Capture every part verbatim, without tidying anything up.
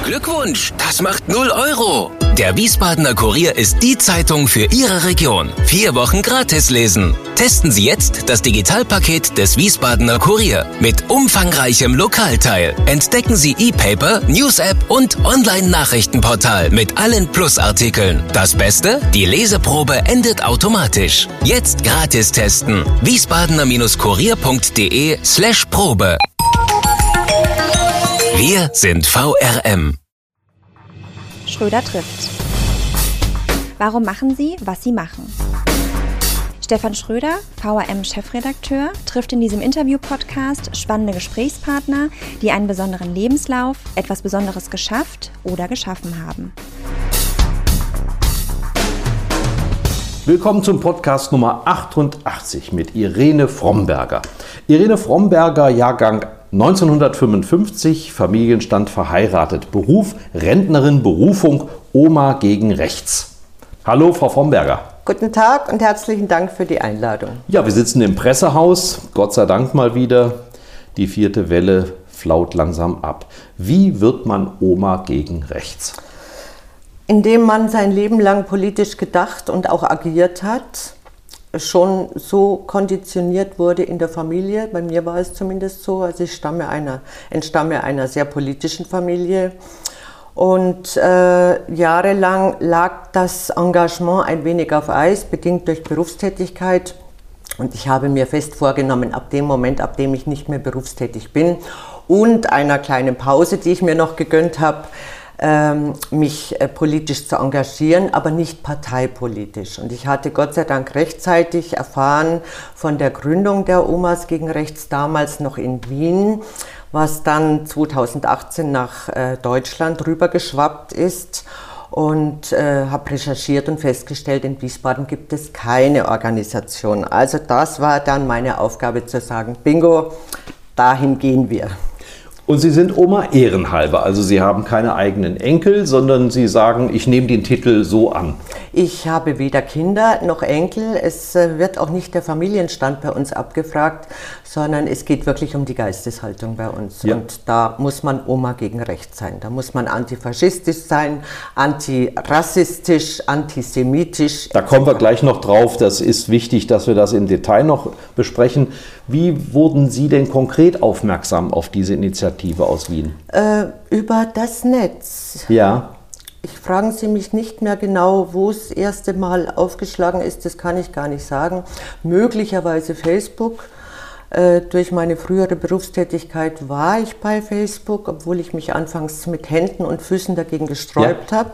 Glückwunsch, das macht null Euro. Der Wiesbadener Kurier ist die Zeitung für Ihre Region. Vier Wochen gratis lesen. Testen Sie jetzt das Digitalpaket des Wiesbadener Kurier mit umfangreichem Lokalteil. Entdecken Sie E-Paper, News-App und Online-Nachrichtenportal mit allen Plus-Artikeln. Das Beste? Die Leseprobe endet automatisch. Jetzt gratis testen. wiesbadener-kurier.de slash Probe. Wir sind V R M. Schröder trifft. Warum machen Sie, was Sie machen? Stefan Schröder, V R M-Chefredakteur, trifft in diesem Interview-Podcast spannende Gesprächspartner, die einen besonderen Lebenslauf, etwas Besonderes geschafft oder geschaffen haben. Willkommen zum Podcast Nummer achtundachtzig mit Irene Fromberger. Irene Fromberger, Jahrgang neunzehnhundertfünfundfünfzig, Familienstand verheiratet, Beruf Rentnerin, Berufung Oma gegen Rechts. Hallo Frau Fromberger. Guten Tag und herzlichen Dank für die Einladung. Ja, wir sitzen im Pressehaus, Gott sei Dank mal wieder. Die vierte Welle flaut langsam ab. Wie wird man Oma gegen Rechts? Indem man sein Leben lang politisch gedacht und auch agiert hat, schon so konditioniert wurde in der Familie. Bei mir war es zumindest so. Also ich stamme einer, entstamme einer sehr politischen Familie. Und äh, jahrelang lag das Engagement ein wenig auf Eis, bedingt durch Berufstätigkeit. Und ich habe mir fest vorgenommen, ab dem Moment, ab dem ich nicht mehr berufstätig bin und einer kleinen Pause, die ich mir noch gegönnt habe, mich politisch zu engagieren, aber nicht parteipolitisch. Und ich hatte Gott sei Dank rechtzeitig erfahren von der Gründung der Omas gegen Rechts, damals noch in Wien, was dann zweitausendachtzehn nach Deutschland rübergeschwappt ist. Und äh, habe recherchiert und festgestellt, in Wiesbaden gibt es keine Organisation. Also das war dann meine Aufgabe zu sagen, bingo, dahin gehen wir. Und Sie sind Oma ehrenhalber, also Sie haben keine eigenen Enkel, sondern Sie sagen, ich nehme den Titel so an. Ich habe weder Kinder noch Enkel. Es wird auch nicht der Familienstand bei uns abgefragt, sondern es geht wirklich um die Geisteshaltung bei uns. Ja. Und da muss man Oma gegen Rechts sein. Da muss man antifaschistisch sein, antirassistisch, antisemitisch. Da kommen wir gleich noch drauf. Das ist wichtig, dass wir das im Detail noch besprechen. Wie wurden Sie denn konkret aufmerksam auf diese Initiative aus Wien? Äh, über das Netz. Ja. Ich fragen Sie mich nicht mehr genau, wo es das erste Mal aufgeschlagen ist, das kann ich gar nicht sagen. Möglicherweise Facebook. Äh, durch meine frühere Berufstätigkeit war ich bei Facebook, obwohl ich mich anfangs mit Händen und Füßen dagegen gesträubt ja. habe.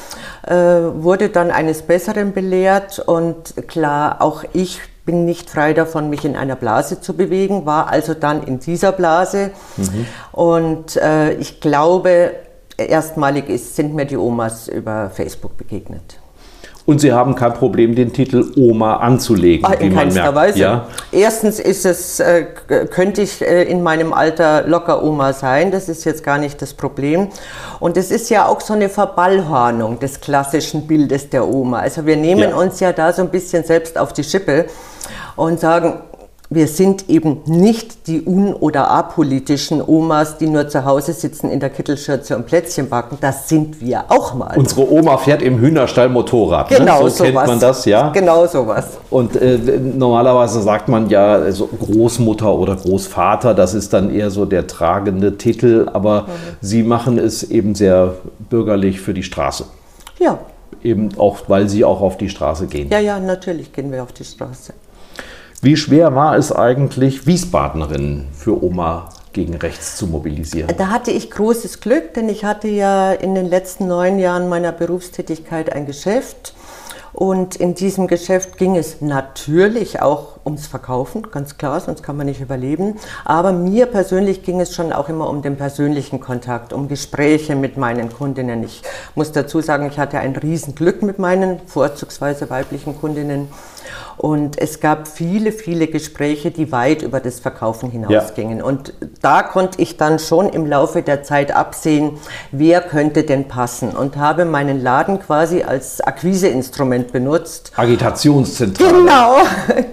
Äh, wurde dann eines Besseren belehrt und klar, auch ich bin nicht frei davon, mich in einer Blase zu bewegen, war also dann in dieser Blase. Mhm. Und äh, ich glaube, erstmalig ist, sind mir die Omas über Facebook begegnet. Und Sie haben kein Problem, den Titel Oma anzulegen, Ach, in wie man keinster merkt. Weise. Ja? Erstens ist es, äh, könnte ich äh, in meinem Alter locker Oma sein, das ist jetzt gar nicht das Problem. Und es ist ja auch so eine Verballhornung des klassischen Bildes der Oma. Also wir nehmen ja. uns ja da so ein bisschen selbst auf die Schippe und sagen, wir sind eben nicht die un- oder apolitischen Omas, die nur zu Hause sitzen in der Kittelschürze und Plätzchen backen. Das sind wir auch mal. Unsere Oma fährt im Hühnerstall Motorrad. Genau, ne? So sowas. kennt man das, ja? Genau sowas. Und äh, normalerweise sagt man ja also Großmutter oder Großvater, das ist dann eher so der tragende Titel, aber mhm. Sie machen es eben sehr bürgerlich für die Straße. Ja. Eben auch, weil Sie auch auf die Straße gehen. Ja, ja, natürlich gehen wir auf die Straße. Wie schwer war es eigentlich, Wiesbadenerinnen für Oma gegen Rechts zu mobilisieren? Da hatte ich großes Glück, denn ich hatte ja in den letzten neun Jahren meiner Berufstätigkeit ein Geschäft. Und in diesem Geschäft ging es natürlich auch ums Verkaufen, ganz klar, sonst kann man nicht überleben. Aber mir persönlich ging es schon auch immer um den persönlichen Kontakt, um Gespräche mit meinen Kundinnen. Ich muss dazu sagen, ich hatte ein Riesenglück mit meinen vorzugsweise weiblichen Kundinnen. Und es gab viele, viele Gespräche, die weit über das Verkaufen hinausgingen. Ja. Und da konnte ich dann schon im Laufe der Zeit absehen, wer könnte denn passen. Und habe meinen Laden quasi als Akquiseinstrument benutzt. Agitationszentrale. Genau, genau.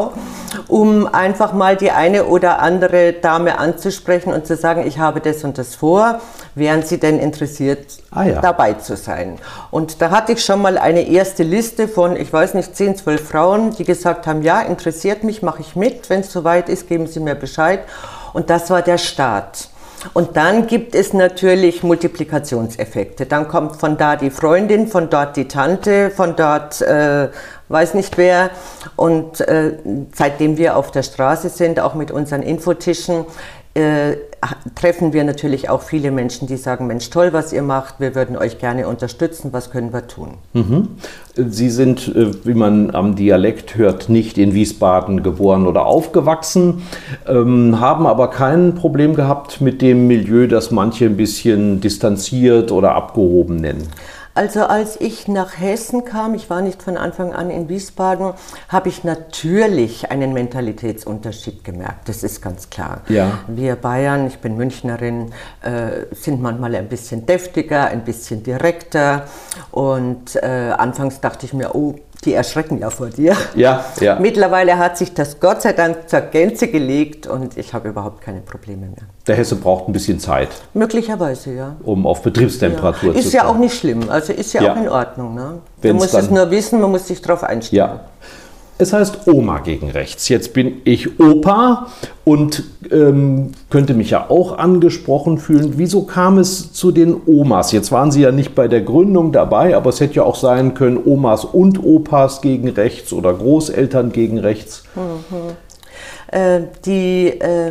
genau, um einfach mal die eine oder andere Dame anzusprechen und zu sagen, ich habe das und das vor, wären Sie denn interessiert, ah, ja. dabei zu sein? Und da hatte ich schon mal eine erste Liste von, ich weiß nicht, zehn, zwölf Frauen, die gesagt haben, ja, interessiert mich, mache ich mit, wenn es soweit ist, geben Sie mir Bescheid. Und das war der Start. Und dann gibt es natürlich Multiplikationseffekte. Dann kommt von da die Freundin, von dort die Tante, von dort äh, weiß nicht wer. Und äh, seitdem wir auf der Straße sind, auch mit unseren Infotischen, äh, treffen wir natürlich auch viele Menschen, die sagen, Mensch, toll, was ihr macht, wir würden euch gerne unterstützen, was können wir tun? Mhm. Sie sind, wie man am Dialekt hört, nicht in Wiesbaden geboren oder aufgewachsen, ähm, haben aber kein Problem gehabt mit dem Milieu, das manche ein bisschen distanziert oder abgehoben nennen. Also als ich nach Hessen kam, ich war nicht von Anfang an in Wiesbaden, habe ich natürlich einen Mentalitätsunterschied gemerkt, das ist ganz klar. Ja. Wir Bayern, ich bin Münchnerin, äh, sind manchmal ein bisschen deftiger, ein bisschen direkter und äh, anfangs dachte ich mir, oh, die erschrecken ja vor dir. Ja, ja. Mittlerweile hat sich das Gott sei Dank zur Gänze gelegt und ich habe überhaupt keine Probleme mehr. Der Hesse braucht ein bisschen Zeit. Möglicherweise, ja. Um auf Betriebstemperatur ja. zu Ist ja auch nicht schlimm, also ist ja, ja. auch in Ordnung. Ne? Man muss es nur wissen, man muss sich darauf einstellen. Ja. Es heißt Oma gegen rechts. Jetzt bin ich Opa und ähm, könnte mich ja auch angesprochen fühlen. Wieso kam es zu den Omas? Jetzt waren Sie ja nicht bei der Gründung dabei, aber es hätte ja auch sein können, Omas und Opas gegen rechts oder Großeltern gegen rechts. Mhm. Äh, die äh,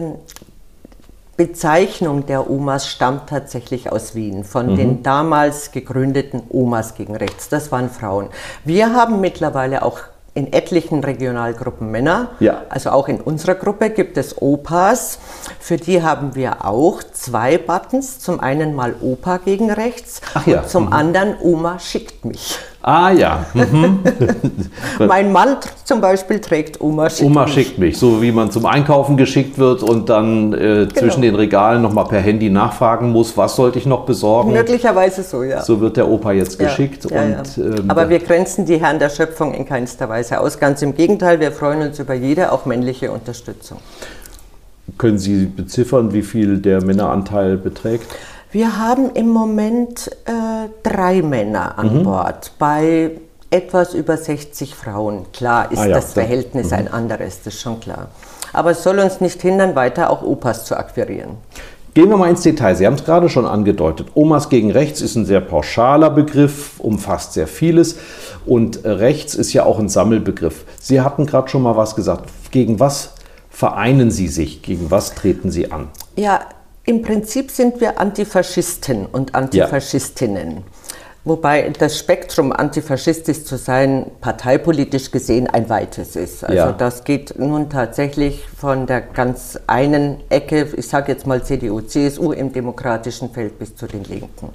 Bezeichnung der Omas stammt tatsächlich aus Wien, von mhm. den damals gegründeten Omas gegen rechts. Das waren Frauen. Wir haben mittlerweile auch in etlichen Regionalgruppen Männer, ja. also auch in unserer Gruppe gibt es Opas. Für die haben wir auch zwei Buttons. Zum einen mal Opa gegen rechts, Ach ja. und zum mhm. anderen Oma schickt mich. Ah ja. Mhm. Mein Mann zum Beispiel trägt Oma schickt Oma mich. schickt mich, so wie man zum Einkaufen geschickt wird und dann äh, genau. zwischen den Regalen nochmal per Handy nachfragen muss, was sollte ich noch besorgen. Möglicherweise so, ja. So wird der Opa jetzt geschickt. Ja, ja, und, ja. Ähm, Aber wir grenzen die Herren der Schöpfung in keinster Weise aus. Ganz im Gegenteil, wir freuen uns über jede, auch männliche Unterstützung. Können Sie beziffern, wie viel der Männeranteil beträgt? Wir haben im Moment äh, drei Männer an mhm. Bord, bei etwas über sechzig Frauen. Klar ist ah, ja, das Verhältnis mhm. ein anderes, das ist schon klar. Aber es soll uns nicht hindern, weiter auch Opas zu akquirieren. Gehen wir mal ins Detail. Sie haben es gerade schon angedeutet. Omas gegen rechts ist ein sehr pauschaler Begriff, umfasst sehr vieles. Und rechts ist ja auch ein Sammelbegriff. Sie hatten gerade schon mal was gesagt. Gegen was vereinen Sie sich? Gegen was treten Sie an? Ja, im Prinzip sind wir Antifaschisten und Antifaschistinnen. Ja. Wobei das Spektrum, antifaschistisch zu sein, parteipolitisch gesehen ein weites ist. Also ja. das geht nun tatsächlich von der ganz einen Ecke, ich sage jetzt mal C D U, C S U im demokratischen Feld bis zu den Linken.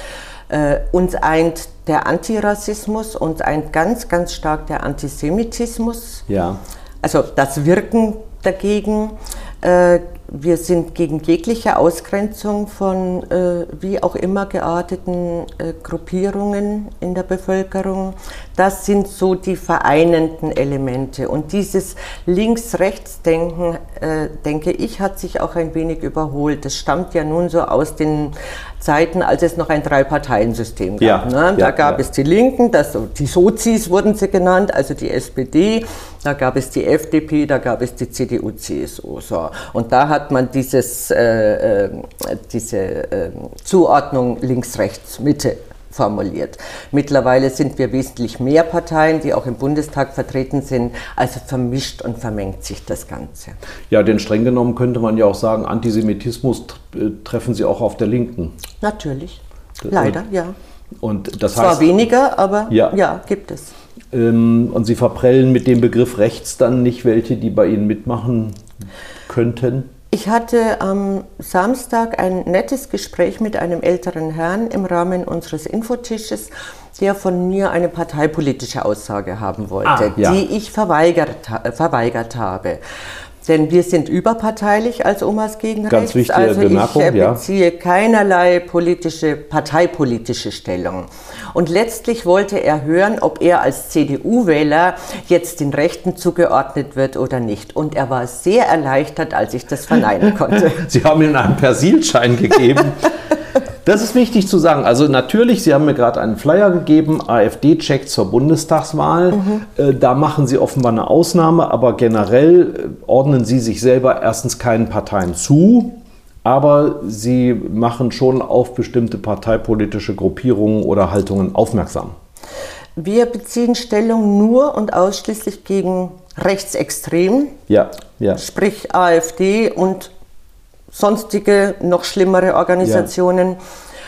Äh, uns eint der Antirassismus, uns eint ganz, ganz stark der Antisemitismus. Ja. Also das Wirken dagegen. Äh, Wir sind gegen jegliche Ausgrenzung von äh, wie auch immer gearteten äh, Gruppierungen in der Bevölkerung. Das sind so die vereinenden Elemente. Und dieses Links-Rechts-Denken, äh, denke ich, hat sich auch ein wenig überholt. Das stammt ja nun so aus den Zeiten, als es noch ein Drei-Parteien-System gab. Ja, ne? Da ja, gab ja. es die Linken, das, die Sozis wurden sie genannt, also die S P D, da gab es die F D P, da gab es die C D U, C S U. So. Und da hat man dieses, äh, äh, diese äh, Zuordnung links, rechts, Mitte formuliert. Mittlerweile sind wir wesentlich mehr Parteien, die auch im Bundestag vertreten sind, also vermischt und vermengt sich das Ganze. Ja, denn streng genommen könnte man ja auch sagen, Antisemitismus treffen Sie auch auf der Linken. Natürlich, leider, und, ja. Und das Zwar heißt, weniger, aber ja, ja gibt es. Ähm, und Sie verprellen mit dem Begriff rechts dann nicht welche, die bei Ihnen mitmachen könnten? Ich hatte am Samstag ein nettes Gespräch mit einem älteren Herrn im Rahmen unseres Infotisches, der von mir eine parteipolitische Aussage haben wollte, ah, ja. die ich verweigert, verweigert habe. Denn wir sind überparteilich als Omas gegen Ganz Rechts. wichtige also Bemerkung, ich äh, ja. beziehe keinerlei politische, parteipolitische Stellung. Und letztlich wollte er hören, ob er als C D U-Wähler jetzt den Rechten zugeordnet wird oder nicht. Und er war sehr erleichtert, als ich das verneinen konnte. Sie haben ihm einen Persilschein gegeben. Das ist wichtig zu sagen. Also natürlich, Sie haben mir gerade einen Flyer gegeben, AfD-Check zur Bundestagswahl. Mhm. Äh, da machen Sie offenbar eine Ausnahme, aber generell ordnen Sie sich selber erstens keinen Parteien zu, aber Sie machen schon auf bestimmte parteipolitische Gruppierungen oder Haltungen aufmerksam. Wir beziehen Stellung nur und ausschließlich gegen Rechtsextrem, ja, ja. sprich AfD und sonstige, noch schlimmere Organisationen. Ja.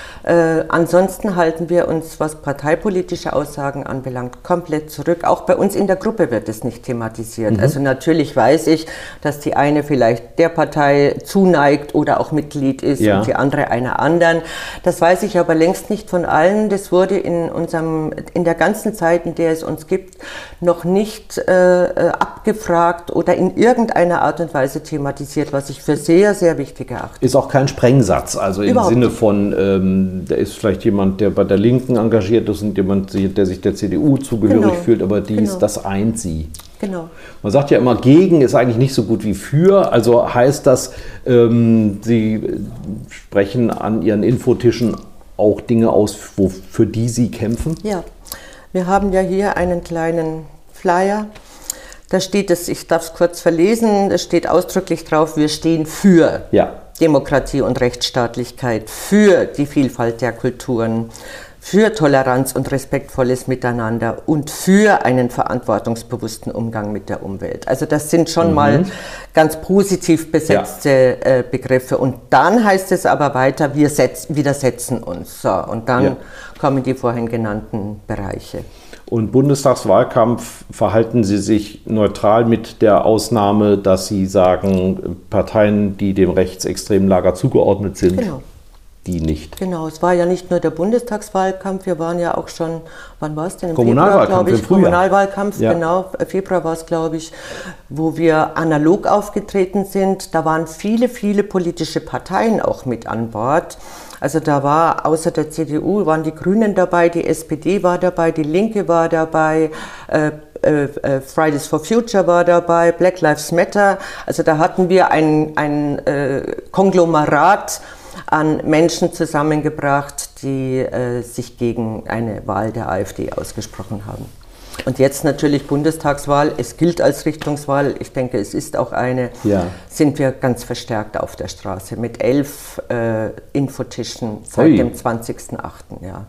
Äh, ansonsten halten wir uns, was parteipolitische Aussagen anbelangt, komplett zurück. Auch bei uns in der Gruppe wird es nicht thematisiert. Mhm. Also natürlich weiß ich, dass die eine vielleicht der Partei zuneigt oder auch Mitglied ist, ja, und die andere einer anderen. Das weiß ich aber längst nicht von allen. Das wurde in unserem, in der ganzen Zeit, in der es uns gibt, noch nicht äh, abgefragt oder in irgendeiner Art und Weise thematisiert, was ich für sehr, sehr wichtig erachte. Ist auch kein Sprengsatz, also im Überhaupt Sinne nicht. von ähm, da ist vielleicht jemand, der bei der Linken engagiert ist und jemand, der sich der C D U zugehörig genau. fühlt, aber dies, genau. das eint sie. Genau. Man sagt ja immer, gegen ist eigentlich nicht so gut wie für. Also heißt das, ähm, Sie sprechen an Ihren Infotischen auch Dinge aus, wo, für die Sie kämpfen? Ja, wir haben ja hier einen kleinen Flyer. Da steht es, ich darf es kurz verlesen, es steht ausdrücklich drauf, wir stehen für ja. Demokratie und Rechtsstaatlichkeit, für die Vielfalt der Kulturen, für Toleranz und respektvolles Miteinander und für einen verantwortungsbewussten Umgang mit der Umwelt. Also das sind schon mhm. mal ganz positiv besetzte ja. äh, Begriffe. Und dann heißt es aber weiter, wir setz, widersetzen uns. So, und dann ja. kommen die vorhin genannten Bereiche. Und Bundestagswahlkampf verhalten Sie sich neutral mit der Ausnahme, dass Sie sagen, Parteien, die dem rechtsextremen Lager zugeordnet sind, genau. die nicht. Genau, es war ja nicht nur der Bundestagswahlkampf, wir waren ja auch schon, wann war es denn? Im Kommunalwahlkampf, Februar, glaube ich. Kommunalwahlkampf, ja. genau, Februar war es, glaube ich, wo wir analog aufgetreten sind. Da waren viele, viele politische Parteien auch mit an Bord. Also da war außer der C D U, waren die Grünen dabei, die S P D war dabei, die Linke war dabei, äh, äh, Fridays for Future war dabei, Black Lives Matter. Also da hatten wir ein, ein äh, Konglomerat an Menschen zusammengebracht, die äh, sich gegen eine Wahl der AfD ausgesprochen haben. Und jetzt natürlich Bundestagswahl, es gilt als Richtungswahl, ich denke, es ist auch eine, ja. sind wir ganz verstärkt auf der Straße mit elf äh, Infotischen seit Ui. dem zwanzigsten achten Ja.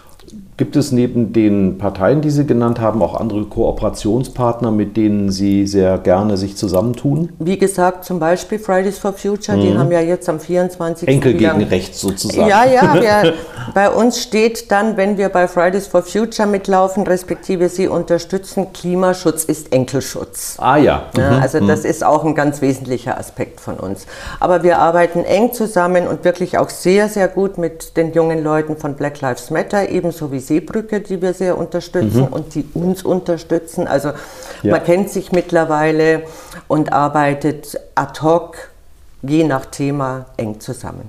Gibt es neben den Parteien, die Sie genannt haben, auch andere Kooperationspartner, mit denen Sie sehr gerne sich zusammentun? Wie gesagt, zum Beispiel Fridays for Future, mhm. die haben ja jetzt am vierundzwanzigsten Enkel wieder, gegen rechts sozusagen. Ja, ja, wir, bei uns steht dann, wenn wir bei Fridays for Future mitlaufen, respektive sie unterstützen, Klimaschutz ist Enkelschutz. Ah ja. Mhm. ja also mhm. das ist auch ein ganz wesentlicher Aspekt von uns. Aber wir arbeiten eng zusammen und wirklich auch sehr, sehr gut mit den jungen Leuten von Black Lives Matter, ebenso wie Seebrücke, die wir sehr unterstützen mhm. und die uns unterstützen. Also ja. man kennt sich mittlerweile und arbeitet ad hoc, je nach Thema, eng zusammen.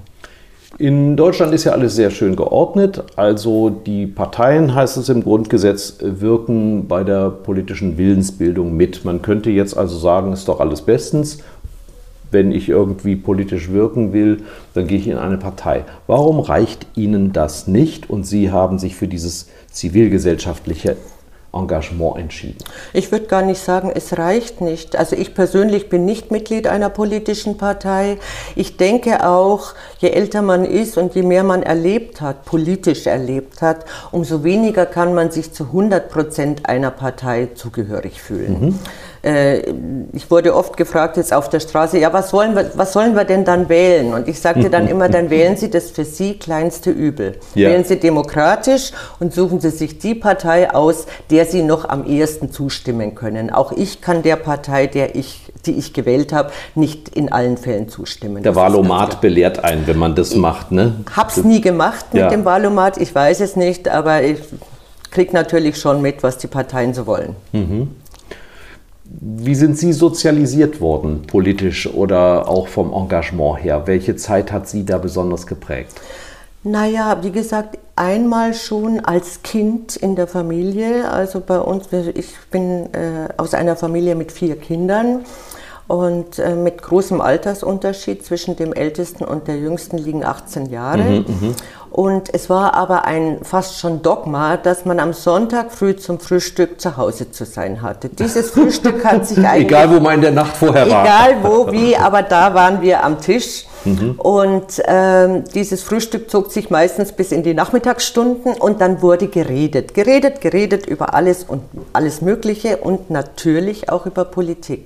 In Deutschland ist ja alles sehr schön geordnet. Also die Parteien, heißt es im Grundgesetz, wirken bei der politischen Willensbildung mit. Man könnte jetzt also sagen, ist doch alles bestens. Wenn ich irgendwie politisch wirken will, dann gehe ich in eine Partei. Warum reicht Ihnen das nicht und Sie haben sich für dieses zivilgesellschaftliche Engagement entschieden? Ich würde gar nicht sagen, es reicht nicht. Also ich persönlich bin nicht Mitglied einer politischen Partei. Ich denke auch, je älter man ist und je mehr man erlebt hat, politisch erlebt hat, umso weniger kann man sich zu hundert Prozent einer Partei zugehörig fühlen. Mhm. Ich wurde oft gefragt jetzt auf der Straße, ja, was wollen wir, was sollen wir denn dann wählen? Und ich sagte dann immer, dann wählen Sie das für Sie kleinste Übel. Ja. Wählen Sie demokratisch und suchen Sie sich die Partei aus, der Sie noch am ehesten zustimmen können. Auch ich kann der Partei, der ich, die ich gewählt habe, nicht in allen Fällen zustimmen. Der Wahlomat belehrt einen, wenn man das ich macht, ne? Hab's nie gemacht mit ja. dem Wahlomat, ich weiß es nicht, aber ich kriege natürlich schon mit, was die Parteien so wollen. Mhm. Wie sind Sie sozialisiert worden, politisch oder auch vom Engagement her? Welche Zeit hat Sie da besonders geprägt? Naja, wie gesagt, einmal schon als Kind in der Familie. Also bei uns, ich bin äh, aus einer Familie mit vier Kindern und äh, mit großem Altersunterschied zwischen dem Ältesten und der Jüngsten liegen achtzehn Jahre. Mhm, mh. Und es war aber ein fast schon Dogma, dass man am Sonntag früh zum Frühstück zu Hause zu sein hatte. Dieses Frühstück hat sich eigentlich... Egal, wo man in der Nacht vorher war. Egal wo, wie, aber da waren wir am Tisch. Mhm. Und ähm, dieses Frühstück zog sich meistens bis in die Nachmittagsstunden und dann wurde geredet. Geredet, geredet über alles und alles Mögliche und natürlich auch über Politik.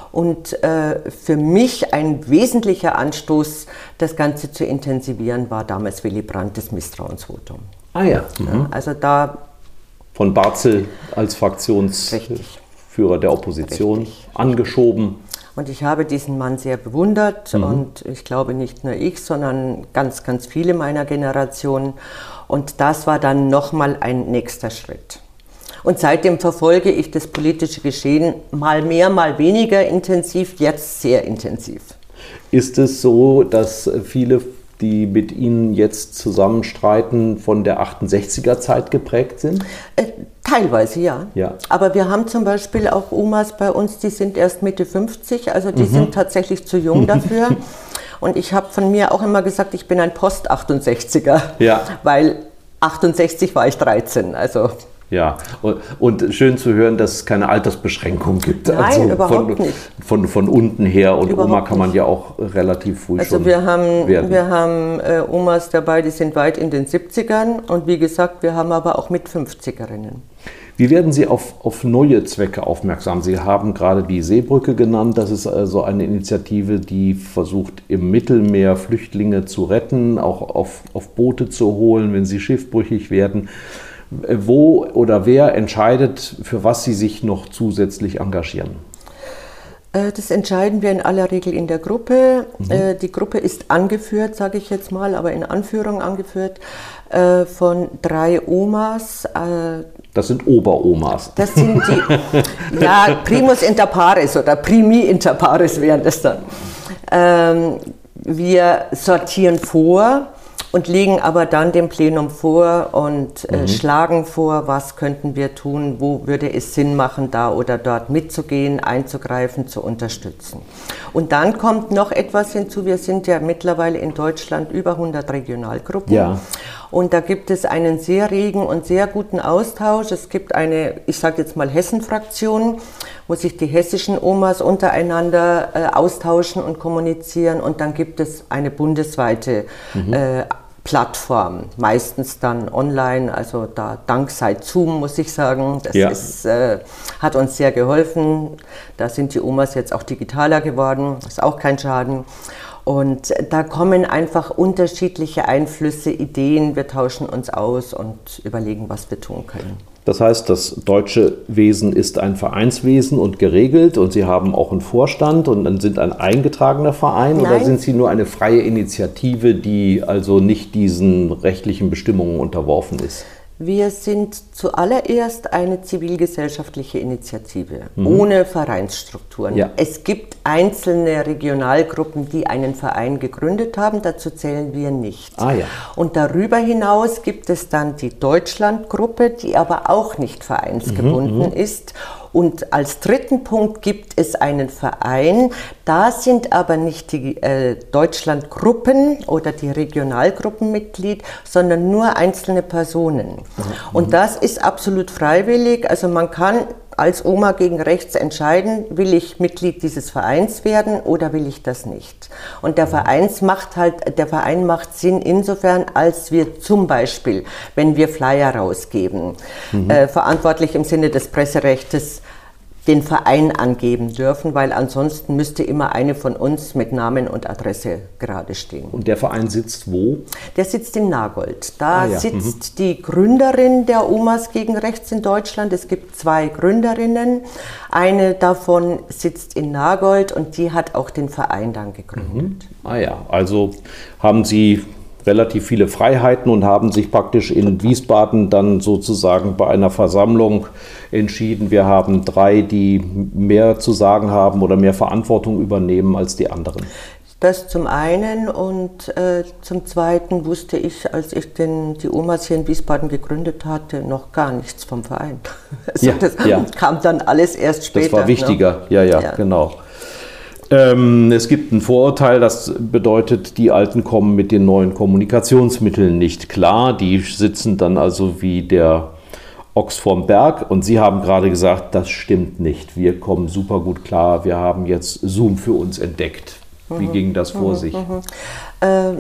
Und äh, für mich ein wesentlicher Anstoß, das Ganze zu intensivieren, war damals Willy Brandt, das Misstrauensvotum. Ah ja. Mhm. Ja, also da... Von Barzel als Fraktionsführer der Opposition Richtig. angeschoben. Und ich habe diesen Mann sehr bewundert mhm. und ich glaube nicht nur ich, sondern ganz, ganz viele meiner Generation. Und das war dann nochmal ein nächster Schritt. Und seitdem verfolge ich das politische Geschehen mal mehr, mal weniger intensiv, jetzt sehr intensiv. Ist es so, dass viele, die mit Ihnen jetzt zusammenstreiten, von der achtundsechziger Zeit geprägt sind? Äh, teilweise ja. ja. Aber wir haben zum Beispiel auch Omas bei uns, die sind erst Mitte fünfzig, also die mhm. sind tatsächlich zu jung dafür. Und ich habe von mir auch immer gesagt, ich bin ein Post-achtundsechziger, ja. weil achtundsechzig war ich dreizehn, also... Ja, und schön zu hören, dass es keine Altersbeschränkung gibt. Nein, also überhaupt von, nicht. Von, von unten her und überhaupt Oma kann man nicht. ja auch relativ früh also schon wir haben, werden. Wir haben äh, Omas dabei, die sind weit in den siebzigern und wie gesagt, wir haben aber auch mit fünfzigerinnen. Wie werden Sie auf, auf neue Zwecke aufmerksam? Sie haben gerade die Seebrücke genannt. Das ist also eine Initiative, die versucht, im Mittelmeer Flüchtlinge zu retten, auch auf, auf Boote zu holen, wenn sie schiffbrüchig werden. Wo oder wer entscheidet, für was Sie sich noch zusätzlich engagieren? Das entscheiden wir in aller Regel in der Gruppe. Mhm. Die Gruppe ist angeführt, sage ich jetzt mal, aber in Anführung angeführt, von drei Omas. Das sind Oberomas. Das sind die, ja, primus inter pares oder primi inter pares wären das dann. Wir sortieren vor und legen aber dann dem Plenum vor und äh, mhm. schlagen vor, was könnten wir tun, wo würde es Sinn machen, da oder dort mitzugehen, einzugreifen, zu unterstützen. Und dann kommt noch etwas hinzu, wir sind ja mittlerweile in Deutschland über hundert Regionalgruppen. Ja. Und da gibt es einen sehr regen und sehr guten Austausch. Es gibt eine, ich sage jetzt mal Hessen-Fraktion, wo sich die hessischen Omas untereinander äh, austauschen und kommunizieren. Und dann gibt es eine bundesweite mhm. äh, Plattform, meistens dann online, also da dank sei Zoom, muss ich sagen. Das ja. ist, äh, hat uns sehr geholfen. Da sind die Omas jetzt auch digitaler geworden, ist auch kein Schaden. Und da kommen einfach unterschiedliche Einflüsse, Ideen, wir tauschen uns aus und überlegen, was wir tun können. Das heißt, das deutsche Wesen ist ein Vereinswesen und geregelt und Sie haben auch einen Vorstand und sind ein eingetragener Verein? Nein. Oder sind Sie nur eine freie Initiative, die also nicht diesen rechtlichen Bestimmungen unterworfen ist? Wir sind zuallererst eine zivilgesellschaftliche Initiative, mhm. ohne Vereinsstrukturen. Ja. Es gibt einzelne Regionalgruppen, die einen Verein gegründet haben, dazu zählen wir nicht. Ah, ja. Und darüber hinaus gibt es dann die Deutschlandgruppe, die aber auch nicht vereinsgebunden mhm, ist. Und als dritten Punkt gibt es einen Verein, da sind aber nicht die äh, Deutschlandgruppen oder die Regionalgruppen Mitglied, sondern nur einzelne Personen. Mhm. Und das ist absolut freiwillig, also man kann als Oma gegen rechts entscheiden, will ich Mitglied dieses Vereins werden oder will ich das nicht. Und der, Vereins macht halt, der Verein macht Sinn insofern, als wir zum Beispiel, wenn wir Flyer rausgeben, mhm. äh, verantwortlich im Sinne des Presserechtes, den Verein angeben dürfen, weil ansonsten müsste immer eine von uns mit Namen und Adresse gerade stehen. Und der Verein sitzt wo? Der sitzt in Nagold. Da ah, ja. sitzt mhm. die Gründerin der Omas gegen Rechts in Deutschland. Es gibt zwei Gründerinnen. Eine davon sitzt in Nagold und die hat auch den Verein dann gegründet. Mhm. Ah ja, also haben Sie relativ viele Freiheiten und haben sich praktisch in Wiesbaden dann sozusagen bei einer Versammlung entschieden, wir haben drei, die mehr zu sagen haben oder mehr Verantwortung übernehmen als die anderen. Das zum einen und äh, zum zweiten wusste ich, als ich den, die Omas hier in Wiesbaden gegründet hatte, noch gar nichts vom Verein. Also ja, das ja. kam dann alles erst später. Das war wichtiger, ne? ja, ja, ja, genau. Ähm, es gibt ein Vorurteil, das bedeutet, die Alten kommen mit den neuen Kommunikationsmitteln nicht klar. Die sitzen dann also wie der Ochs vorm Berg und Sie haben gerade gesagt, das stimmt nicht. Wir kommen super gut klar, wir haben jetzt Zoom für uns entdeckt. Wie mhm. ging das vor mhm. sich? Mhm. Äh,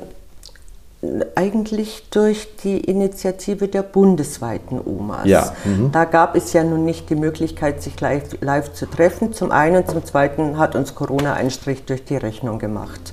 eigentlich durch die Initiative der bundesweiten Omas. Ja. Mhm. Da gab es ja nun nicht die Möglichkeit, sich live, live zu treffen. Zum einen, zum zweiten hat uns Corona einen Strich durch die Rechnung gemacht.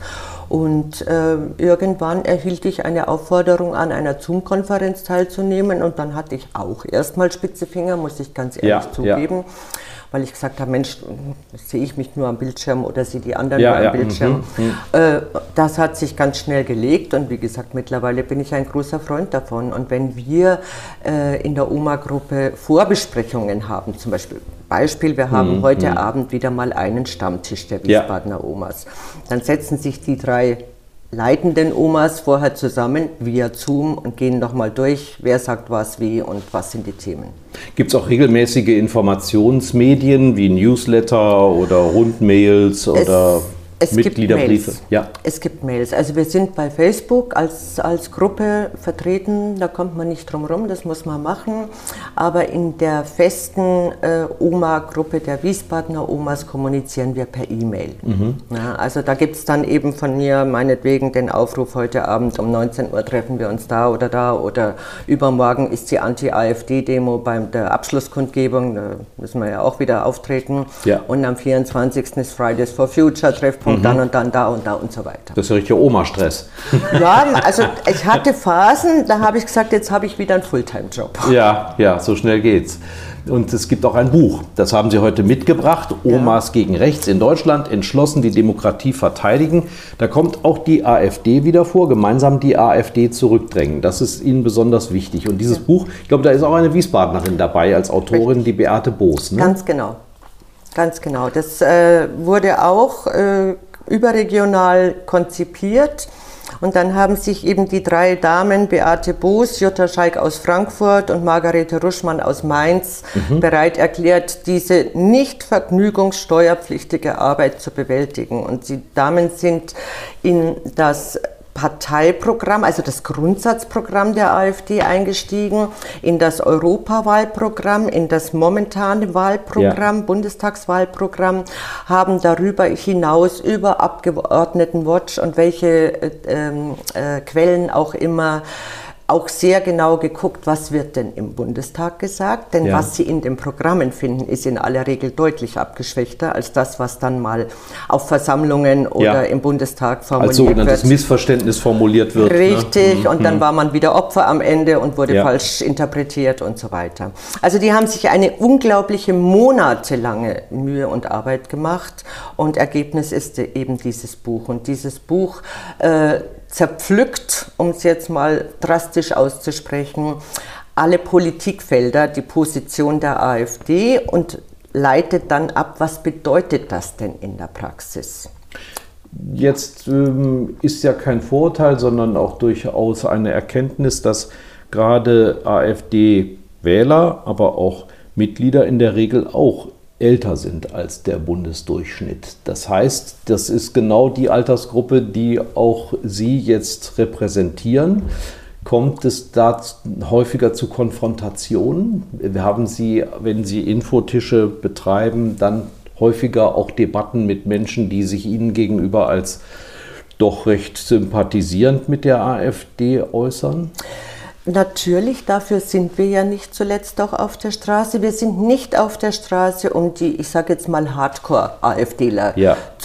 Und äh, irgendwann erhielt ich eine Aufforderung an einer Zoom-Konferenz teilzunehmen und dann hatte ich auch erstmal spitze Finger, muss ich ganz ehrlich ja, zugeben. Ja. Weil ich gesagt habe, Mensch, sehe ich mich nur am Bildschirm oder sehe die anderen ja, nur am ja. Bildschirm. Mhm. Äh, das hat sich ganz schnell gelegt und wie gesagt, mittlerweile bin ich ein großer Freund davon. Und wenn wir äh, in der Oma-Gruppe Vorbesprechungen haben, zum Beispiel, Beispiel, wir haben mhm. heute mhm. Abend wieder mal einen Stammtisch der Wiesbadener ja. Omas, dann setzen sich die drei leitenden Omas vorher zusammen via Zoom und gehen nochmal durch, wer sagt was wie und was sind die Themen. Gibt es auch regelmäßige Informationsmedien wie Newsletter oder Rundmails oder es, es Mitgliederbriefe? Gibt ja. Es gibt Mails. Also wir sind bei Facebook als, als Gruppe vertreten, da kommt man nicht drum rum, das muss man machen. Aber in der festen äh, Oma-Gruppe der Wiesbadener Omas kommunizieren wir per E-Mail. Mhm. Ja, also da gibt es dann eben von mir meinetwegen den Aufruf, heute Abend um neunzehn Uhr treffen wir uns da oder da oder übermorgen ist die Anti-AfD-Demo bei der Abschlusskundgebung, da müssen wir ja auch wieder auftreten. Ja. Und am vierundzwanzigsten ist Fridays for Future, Treffpunkt mhm. dann und dann da und da und so weiter. Das ist ja richtig Oma-Stress. Ja, also ich hatte Phasen, da habe ich gesagt, jetzt habe ich wieder einen Fulltime-Job. Ja, ja, so schnell geht's. Und es gibt auch ein Buch, das haben Sie heute mitgebracht, Omas ja. gegen Rechts in Deutschland, entschlossen die Demokratie verteidigen. Da kommt auch die AfD wieder vor, gemeinsam die AfD zurückdrängen. Das ist Ihnen besonders wichtig. Und dieses ja. Buch, ich glaube, da ist auch eine Wiesbadenerin dabei als Autorin, Richtig. die Beate Boos. Ne? Ganz genau, ganz genau. Das äh, wurde auch äh, überregional konzipiert. Und dann haben sich eben die drei Damen, Beate Boos, Jutta Schalk aus Frankfurt und Margarete Ruschmann aus Mainz, mhm. bereit erklärt, diese nicht vergnügungssteuerpflichtige Arbeit zu bewältigen. Und die Damen sind in das Parteiprogramm, also das Grundsatzprogramm der AfD eingestiegen, in das Europawahlprogramm, in das momentane Wahlprogramm, ja. Bundestagswahlprogramm, haben darüber hinaus über Abgeordnetenwatch und welche äh, äh, Quellen auch immer auch sehr genau geguckt, was wird denn im Bundestag gesagt, denn ja. was Sie in den Programmen finden, ist in aller Regel deutlich abgeschwächter als das, was dann mal auf Versammlungen oder ja. im Bundestag formuliert als sogenanntes wird. Missverständnis formuliert wird. Richtig, ne? und dann war man wieder Opfer am Ende und wurde ja. falsch interpretiert und so weiter. Also die haben sich eine unglaubliche monatelange Mühe und Arbeit gemacht und Ergebnis ist eben dieses Buch. Und dieses Buch äh, zerpflückt, um es jetzt mal drastisch auszusprechen, alle Politikfelder, die Position der AfD und leitet dann ab, was bedeutet das denn in der Praxis? Jetzt ähm, ist ja kein Vorurteil, sondern auch durchaus eine Erkenntnis, dass gerade AfD-Wähler, aber auch Mitglieder in der Regel auch älter sind als der Bundesdurchschnitt. Das heißt, das ist genau die Altersgruppe, die auch Sie jetzt repräsentieren. Kommt es da häufiger zu Konfrontationen? Haben Sie, wenn Sie Infotische betreiben, dann häufiger auch Debatten mit Menschen, die sich Ihnen gegenüber als doch recht sympathisierend mit der AfD äußern? Natürlich, dafür sind wir ja nicht zuletzt auch auf der Straße. Wir sind nicht auf der Straße, um die, ich sage jetzt mal, Hardcore-AfDler ja. zu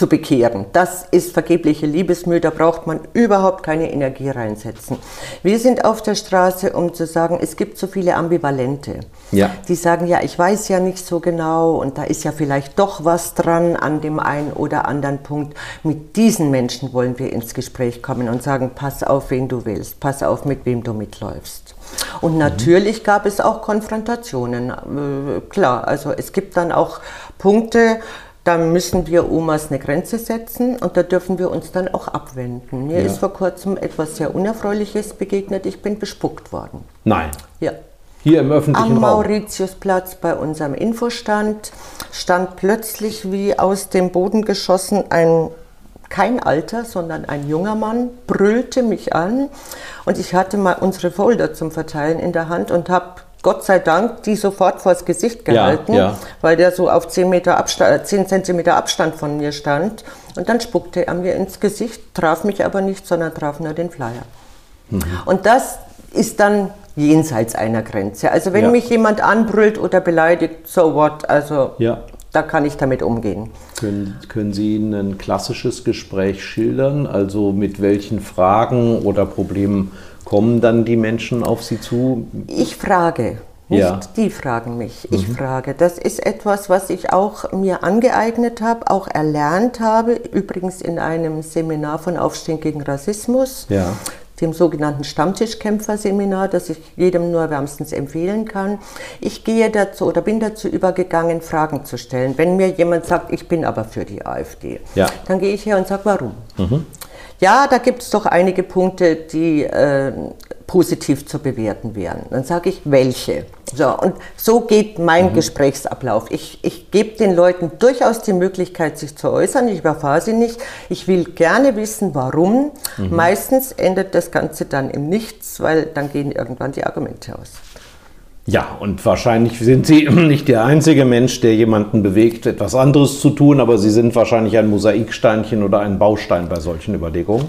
zu bekehren. Das ist vergebliche Liebesmühe, da braucht man überhaupt keine Energie reinsetzen. Wir sind auf der Straße, um zu sagen, es gibt so viele Ambivalente. Ja. Die sagen, ja, ich weiß ja nicht so genau und da ist ja vielleicht doch was dran an dem einen oder anderen Punkt. Mit diesen Menschen wollen wir ins Gespräch kommen und sagen, pass auf, wen du willst, pass auf, mit wem du mitläufst. Und natürlich mhm. gab es auch Konfrontationen, äh, klar, also es gibt dann auch Punkte, da müssen wir Omas eine Grenze setzen und da dürfen wir uns dann auch abwenden. Mir ja. ist vor kurzem etwas sehr Unerfreuliches begegnet, ich bin bespuckt worden. Nein? Ja. Hier im öffentlichen Am Raum? Mauritiusplatz bei unserem Infostand stand plötzlich wie aus dem Boden geschossen ein, kein alter, sondern ein junger Mann, brüllte mich an und ich hatte mal unsere Folder zum Verteilen in der Hand und habe Gott sei Dank die sofort vors Gesicht gehalten, ja, ja. weil der so auf zehn Meter Abstand, zehn Zentimeter Abstand von mir stand. Und dann spuckte er mir ins Gesicht, traf mich aber nicht, sondern traf nur den Flyer. Mhm. Und das ist dann jenseits einer Grenze. Also wenn ja. mich jemand anbrüllt oder beleidigt, so what, also ja. da kann ich damit umgehen. Können, können Sie ein klassisches Gespräch schildern? Also mit welchen Fragen oder Problemen kommen dann die Menschen auf Sie zu? Ich frage, nicht ja. die fragen mich. Ich mhm. frage. Das ist etwas, was ich auch mir angeeignet habe, auch erlernt habe, übrigens in einem Seminar von Aufstehen gegen Rassismus, ja. dem sogenannten Stammtischkämpfer-Seminar, das ich jedem nur wärmstens empfehlen kann. Ich gehe dazu oder bin dazu übergegangen, Fragen zu stellen. Wenn mir jemand sagt, ich bin aber für die AfD, ja. dann gehe ich her und sage, warum? Mhm. Ja, da gibt es doch einige Punkte, die äh, positiv zu bewerten wären. Dann sage ich, welche? So, und so geht mein mhm. Gesprächsablauf. Ich, ich gebe den Leuten durchaus die Möglichkeit, sich zu äußern. Ich überfahre sie nicht. Ich will gerne wissen, warum. Mhm. Meistens endet das Ganze dann im Nichts, weil dann gehen irgendwann die Argumente aus. Ja, und wahrscheinlich sind Sie nicht der einzige Mensch, der jemanden bewegt, etwas anderes zu tun, aber Sie sind wahrscheinlich ein Mosaiksteinchen oder ein Baustein bei solchen Überlegungen.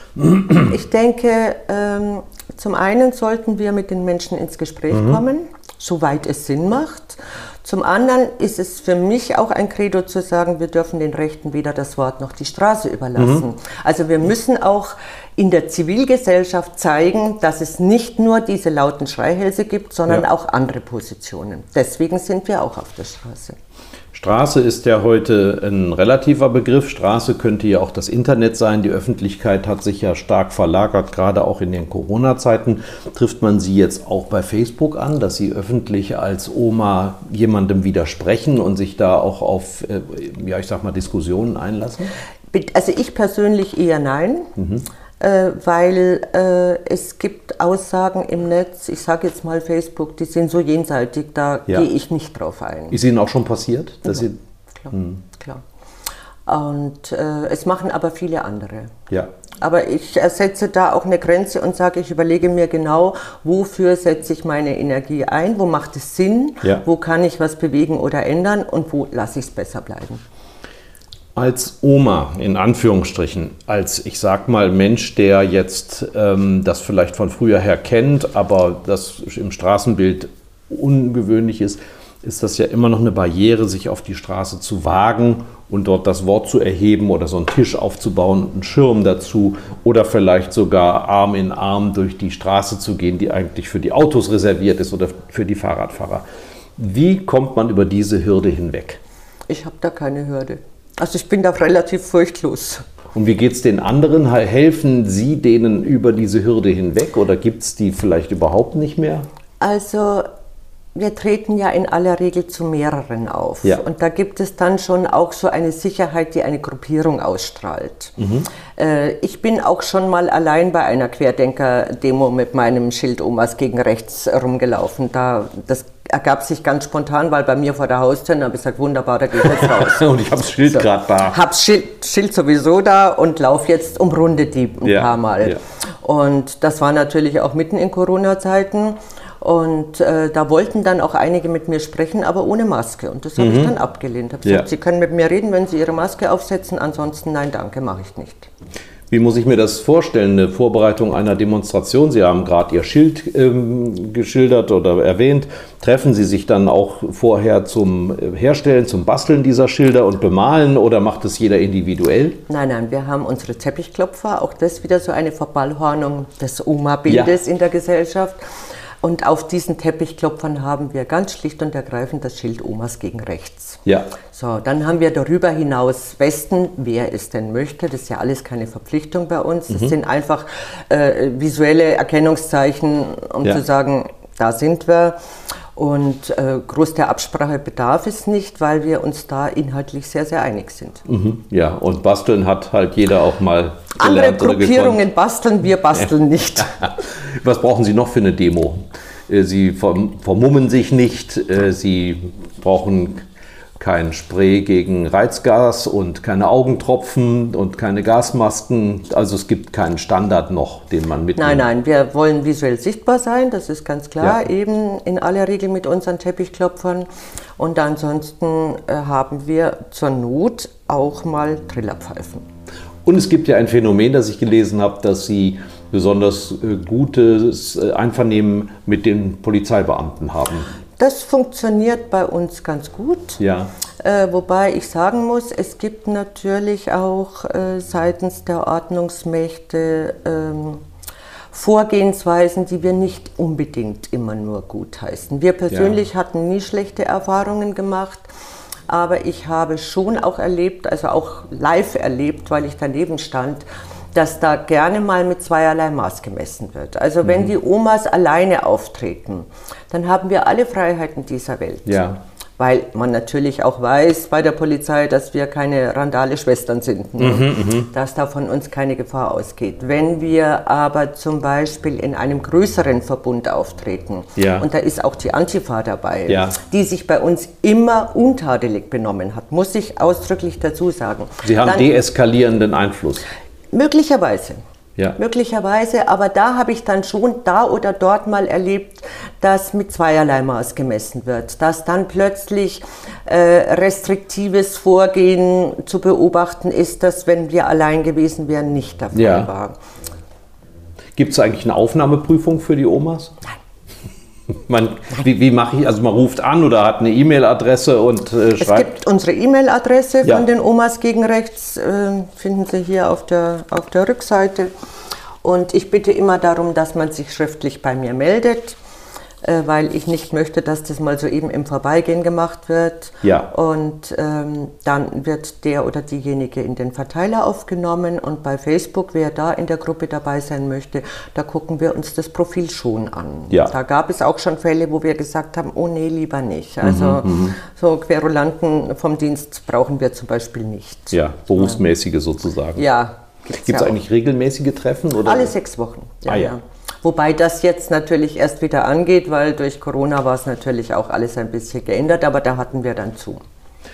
Ich denke, ähm, zum einen sollten wir mit den Menschen ins Gespräch mhm. kommen, soweit es Sinn macht. Zum anderen ist es für mich auch ein Credo zu sagen, wir dürfen den Rechten weder das Wort noch die Straße überlassen. Mhm. Also wir müssen auch in der Zivilgesellschaft zeigen, dass es nicht nur diese lauten Schreihälse gibt, sondern ja. auch andere Positionen. Deswegen sind wir auch auf der Straße. Straße ist ja heute ein relativer Begriff. Straße könnte ja auch das Internet sein. Die Öffentlichkeit hat sich ja stark verlagert, gerade auch in den Corona-Zeiten. Trifft man Sie jetzt auch bei Facebook an, dass Sie öffentlich als Oma jemandem widersprechen und sich da auch auf, ja, ich sag mal, Diskussionen einlassen? Also ich persönlich eher nein. Mhm. Äh, weil äh, es gibt Aussagen im Netz, ich sage jetzt mal Facebook, die sind so jenseitig, da ja. gehe ich nicht drauf ein. Ist Ihnen auch schon passiert? Dass ja, Sie klar, hm. klar. Und äh, es machen aber viele andere. Ja. Aber ich setze da auch eine Grenze und sage, ich überlege mir genau, wofür setze ich meine Energie ein, wo macht es Sinn, ja. wo kann ich was bewegen oder ändern und wo lasse ich es besser bleiben. Als Oma, in Anführungsstrichen, als, ich sag mal, Mensch, der jetzt ähm, das vielleicht von früher her kennt, aber das im Straßenbild ungewöhnlich ist, ist das ja immer noch eine Barriere, sich auf die Straße zu wagen und dort das Wort zu erheben oder so einen Tisch aufzubauen und einen Schirm dazu oder vielleicht sogar Arm in Arm durch die Straße zu gehen, die eigentlich für die Autos reserviert ist oder für die Fahrradfahrer. Wie kommt man über diese Hürde hinweg? Ich habe da keine Hürde. Also ich bin da relativ furchtlos. Und wie geht es den anderen? Helfen Sie denen über diese Hürde hinweg oder gibt es die vielleicht überhaupt nicht mehr? Also wir treten ja in aller Regel zu mehreren auf. Ja. Und da gibt es dann schon auch so eine Sicherheit, die eine Gruppierung ausstrahlt. Mhm. Äh, ich bin auch schon mal allein bei einer Querdenker-Demo mit meinem Schild Omas gegen rechts rumgelaufen. Da, das ergab sich ganz spontan, weil bei mir vor der Haustür, da habe ich gesagt, wunderbar, da gehe ich jetzt raus. Und ich habe das Schild so, gerade da. Habe das Schild, Schild sowieso da und laufe jetzt, umrunde die ein ja, paar Mal. Ja. Und das war natürlich auch mitten in Corona-Zeiten. Und äh, da wollten dann auch einige mit mir sprechen, aber ohne Maske. Und das habe mhm. ich dann abgelehnt. Ich habe gesagt, ja. Sie können mit mir reden, wenn Sie Ihre Maske aufsetzen, ansonsten nein, danke, mache ich nicht. Wie muss ich mir das vorstellen, eine Vorbereitung einer Demonstration? Sie haben gerade Ihr Schild ähm, geschildert oder erwähnt. Treffen Sie sich dann auch vorher zum Herstellen, zum Basteln dieser Schilder und Bemalen oder macht es jeder individuell? Nein, nein, wir haben unsere Teppichklopfer, auch das wieder so eine Verballhornung des Oma-Bildes ja. in der Gesellschaft. Und auf diesen Teppichklopfern haben wir ganz schlicht und ergreifend das Schild Omas gegen rechts. Ja. So, dann haben wir darüber hinaus Westen, wer es denn möchte. Das ist ja alles keine Verpflichtung bei uns. Das mhm. sind einfach äh, visuelle Erkennungszeichen, um ja. zu sagen, da sind wir. Und äh, groß der Absprache bedarf es nicht, weil wir uns da inhaltlich sehr, sehr einig sind. Mhm. Ja, und basteln hat halt jeder auch mal gelernt. Andere Gruppierungen basteln, wir basteln nicht. Was brauchen Sie noch für eine Demo? Sie vermummen sich nicht, Sie brauchen kein Spray gegen Reizgas und keine Augentropfen und keine Gasmasken. Also es gibt keinen Standard noch, den man mitnimmt. Nein, nein, wir wollen visuell sichtbar sein, das ist ganz klar, ja. eben in aller Regel mit unseren Teppichklopfern. Und ansonsten äh, haben wir zur Not auch mal Trillerpfeifen. Und es gibt ja ein Phänomen, das ich gelesen habe, dass Sie besonders äh, gutes äh, Einvernehmen mit den Polizeibeamten haben. Das funktioniert bei uns ganz gut, ja. äh, wobei ich sagen muss, es gibt natürlich auch äh, seitens der Ordnungsmächte ähm, Vorgehensweisen, die wir nicht unbedingt immer nur gutheißen. Wir persönlich ja. hatten nie schlechte Erfahrungen gemacht, aber ich habe schon auch erlebt, also auch live erlebt, weil ich daneben stand, dass da gerne mal mit zweierlei Maß gemessen wird. Also wenn mhm. die Omas alleine auftreten, dann haben wir alle Freiheiten dieser Welt. Ja. Weil man natürlich auch weiß bei der Polizei, dass wir keine Randale-Schwestern sind, ne? mhm, dass da von uns keine Gefahr ausgeht. Wenn wir aber zum Beispiel in einem größeren Verbund auftreten, ja. und da ist auch die Antifa dabei, ja. die sich bei uns immer untadelig benommen hat, muss ich ausdrücklich dazu sagen. Sie haben dann deeskalierenden Einfluss. Möglicherweise. Ja. Möglicherweise, aber da habe ich dann schon da oder dort mal erlebt, dass mit zweierlei Maß gemessen wird, dass dann plötzlich äh, restriktives Vorgehen zu beobachten ist, das, wenn wir allein gewesen wären, nicht der Fall ja. war. Gibt es eigentlich eine Aufnahmeprüfung für die Omas? Nein. Man, wie, wie mache ich, also man ruft an oder hat eine E-Mail-Adresse und äh, schreibt? Es gibt unsere E-Mail-Adresse ja. von den Omas gegen rechts, äh, finden Sie hier auf der, auf der Rückseite. Und ich bitte immer darum, dass man sich schriftlich bei mir meldet, äh, weil ich nicht möchte, dass das mal so eben im Vorbeigehen gemacht wird. Ja. Und ähm, dann wird der oder diejenige in den Verteiler aufgenommen und bei Facebook, wer da in der Gruppe dabei sein möchte, da gucken wir uns das Profil schon an. Ja. Da gab es auch schon Fälle, wo wir gesagt haben, oh nee, lieber nicht. Also mhm, so Querulanten vom Dienst brauchen wir zum Beispiel nicht. Ja, berufsmäßige sozusagen. Ja. Gibt es ja eigentlich regelmäßige Treffen? Oder? Alle sechs Wochen. Ja, ah, ja. ja. Wobei das jetzt natürlich erst wieder angeht, weil durch Corona war es natürlich auch alles ein bisschen geändert, aber da hatten wir dann zu.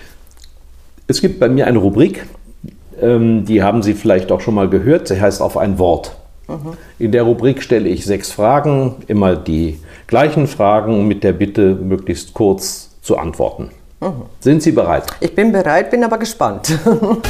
Es gibt bei mir eine Rubrik, ähm, die haben Sie vielleicht auch schon mal gehört, sie heißt Auf ein Wort. Mhm. In der Rubrik stelle ich sechs Fragen, immer die gleichen Fragen mit der Bitte, möglichst kurz zu antworten. Mhm. Sind Sie bereit? Ich bin bereit, bin aber gespannt.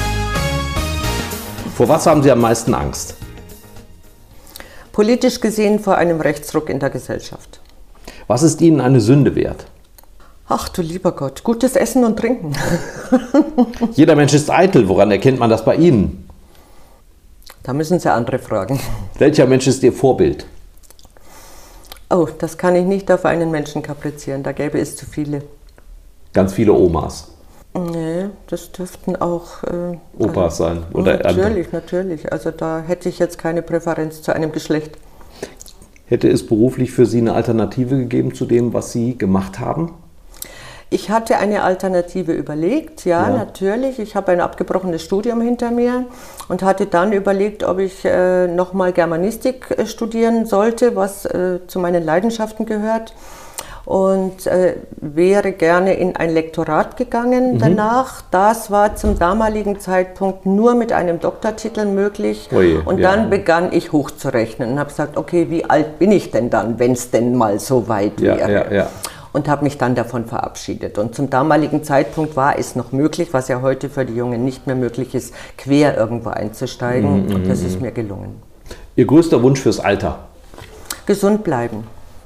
Vor was haben Sie am meisten Angst? Politisch gesehen vor einem Rechtsruck in der Gesellschaft. Was ist Ihnen eine Sünde wert? Ach du lieber Gott, gutes Essen und Trinken. Jeder Mensch ist eitel, woran erkennt man das bei Ihnen? Da müssen Sie andere fragen. Welcher Mensch ist Ihr Vorbild? Oh, das kann ich nicht auf einen Menschen kaprizieren, da gäbe es zu viele. Ganz viele Omas. Nee, das dürften auch äh, Opas sein. Oder natürlich, natürlich. Also da hätte ich jetzt keine Präferenz zu einem Geschlecht. Hätte es beruflich für Sie eine Alternative gegeben zu dem, was Sie gemacht haben? Ich hatte eine Alternative überlegt, ja, ja. natürlich. Ich habe ein abgebrochenes Studium hinter mir und hatte dann überlegt, ob ich äh, nochmal Germanistik äh, studieren sollte, was äh, zu meinen Leidenschaften gehört. Und äh, wäre gerne in ein Lektorat gegangen mhm. danach. Das war zum damaligen Zeitpunkt nur mit einem Doktortitel möglich. Oje, und ja. dann begann ich hochzurechnen und habe gesagt, okay, wie alt bin ich denn dann, wenn es denn mal so weit ja, wäre? Ja, ja. und habe mich dann davon verabschiedet. Und zum damaligen Zeitpunkt war es noch möglich, was ja heute für die Jungen nicht mehr möglich ist, quer irgendwo einzusteigen. Mhm. Und das ist mir gelungen. Ihr größter Wunsch fürs Alter? Gesund bleiben.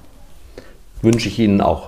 Wünsche ich Ihnen auch.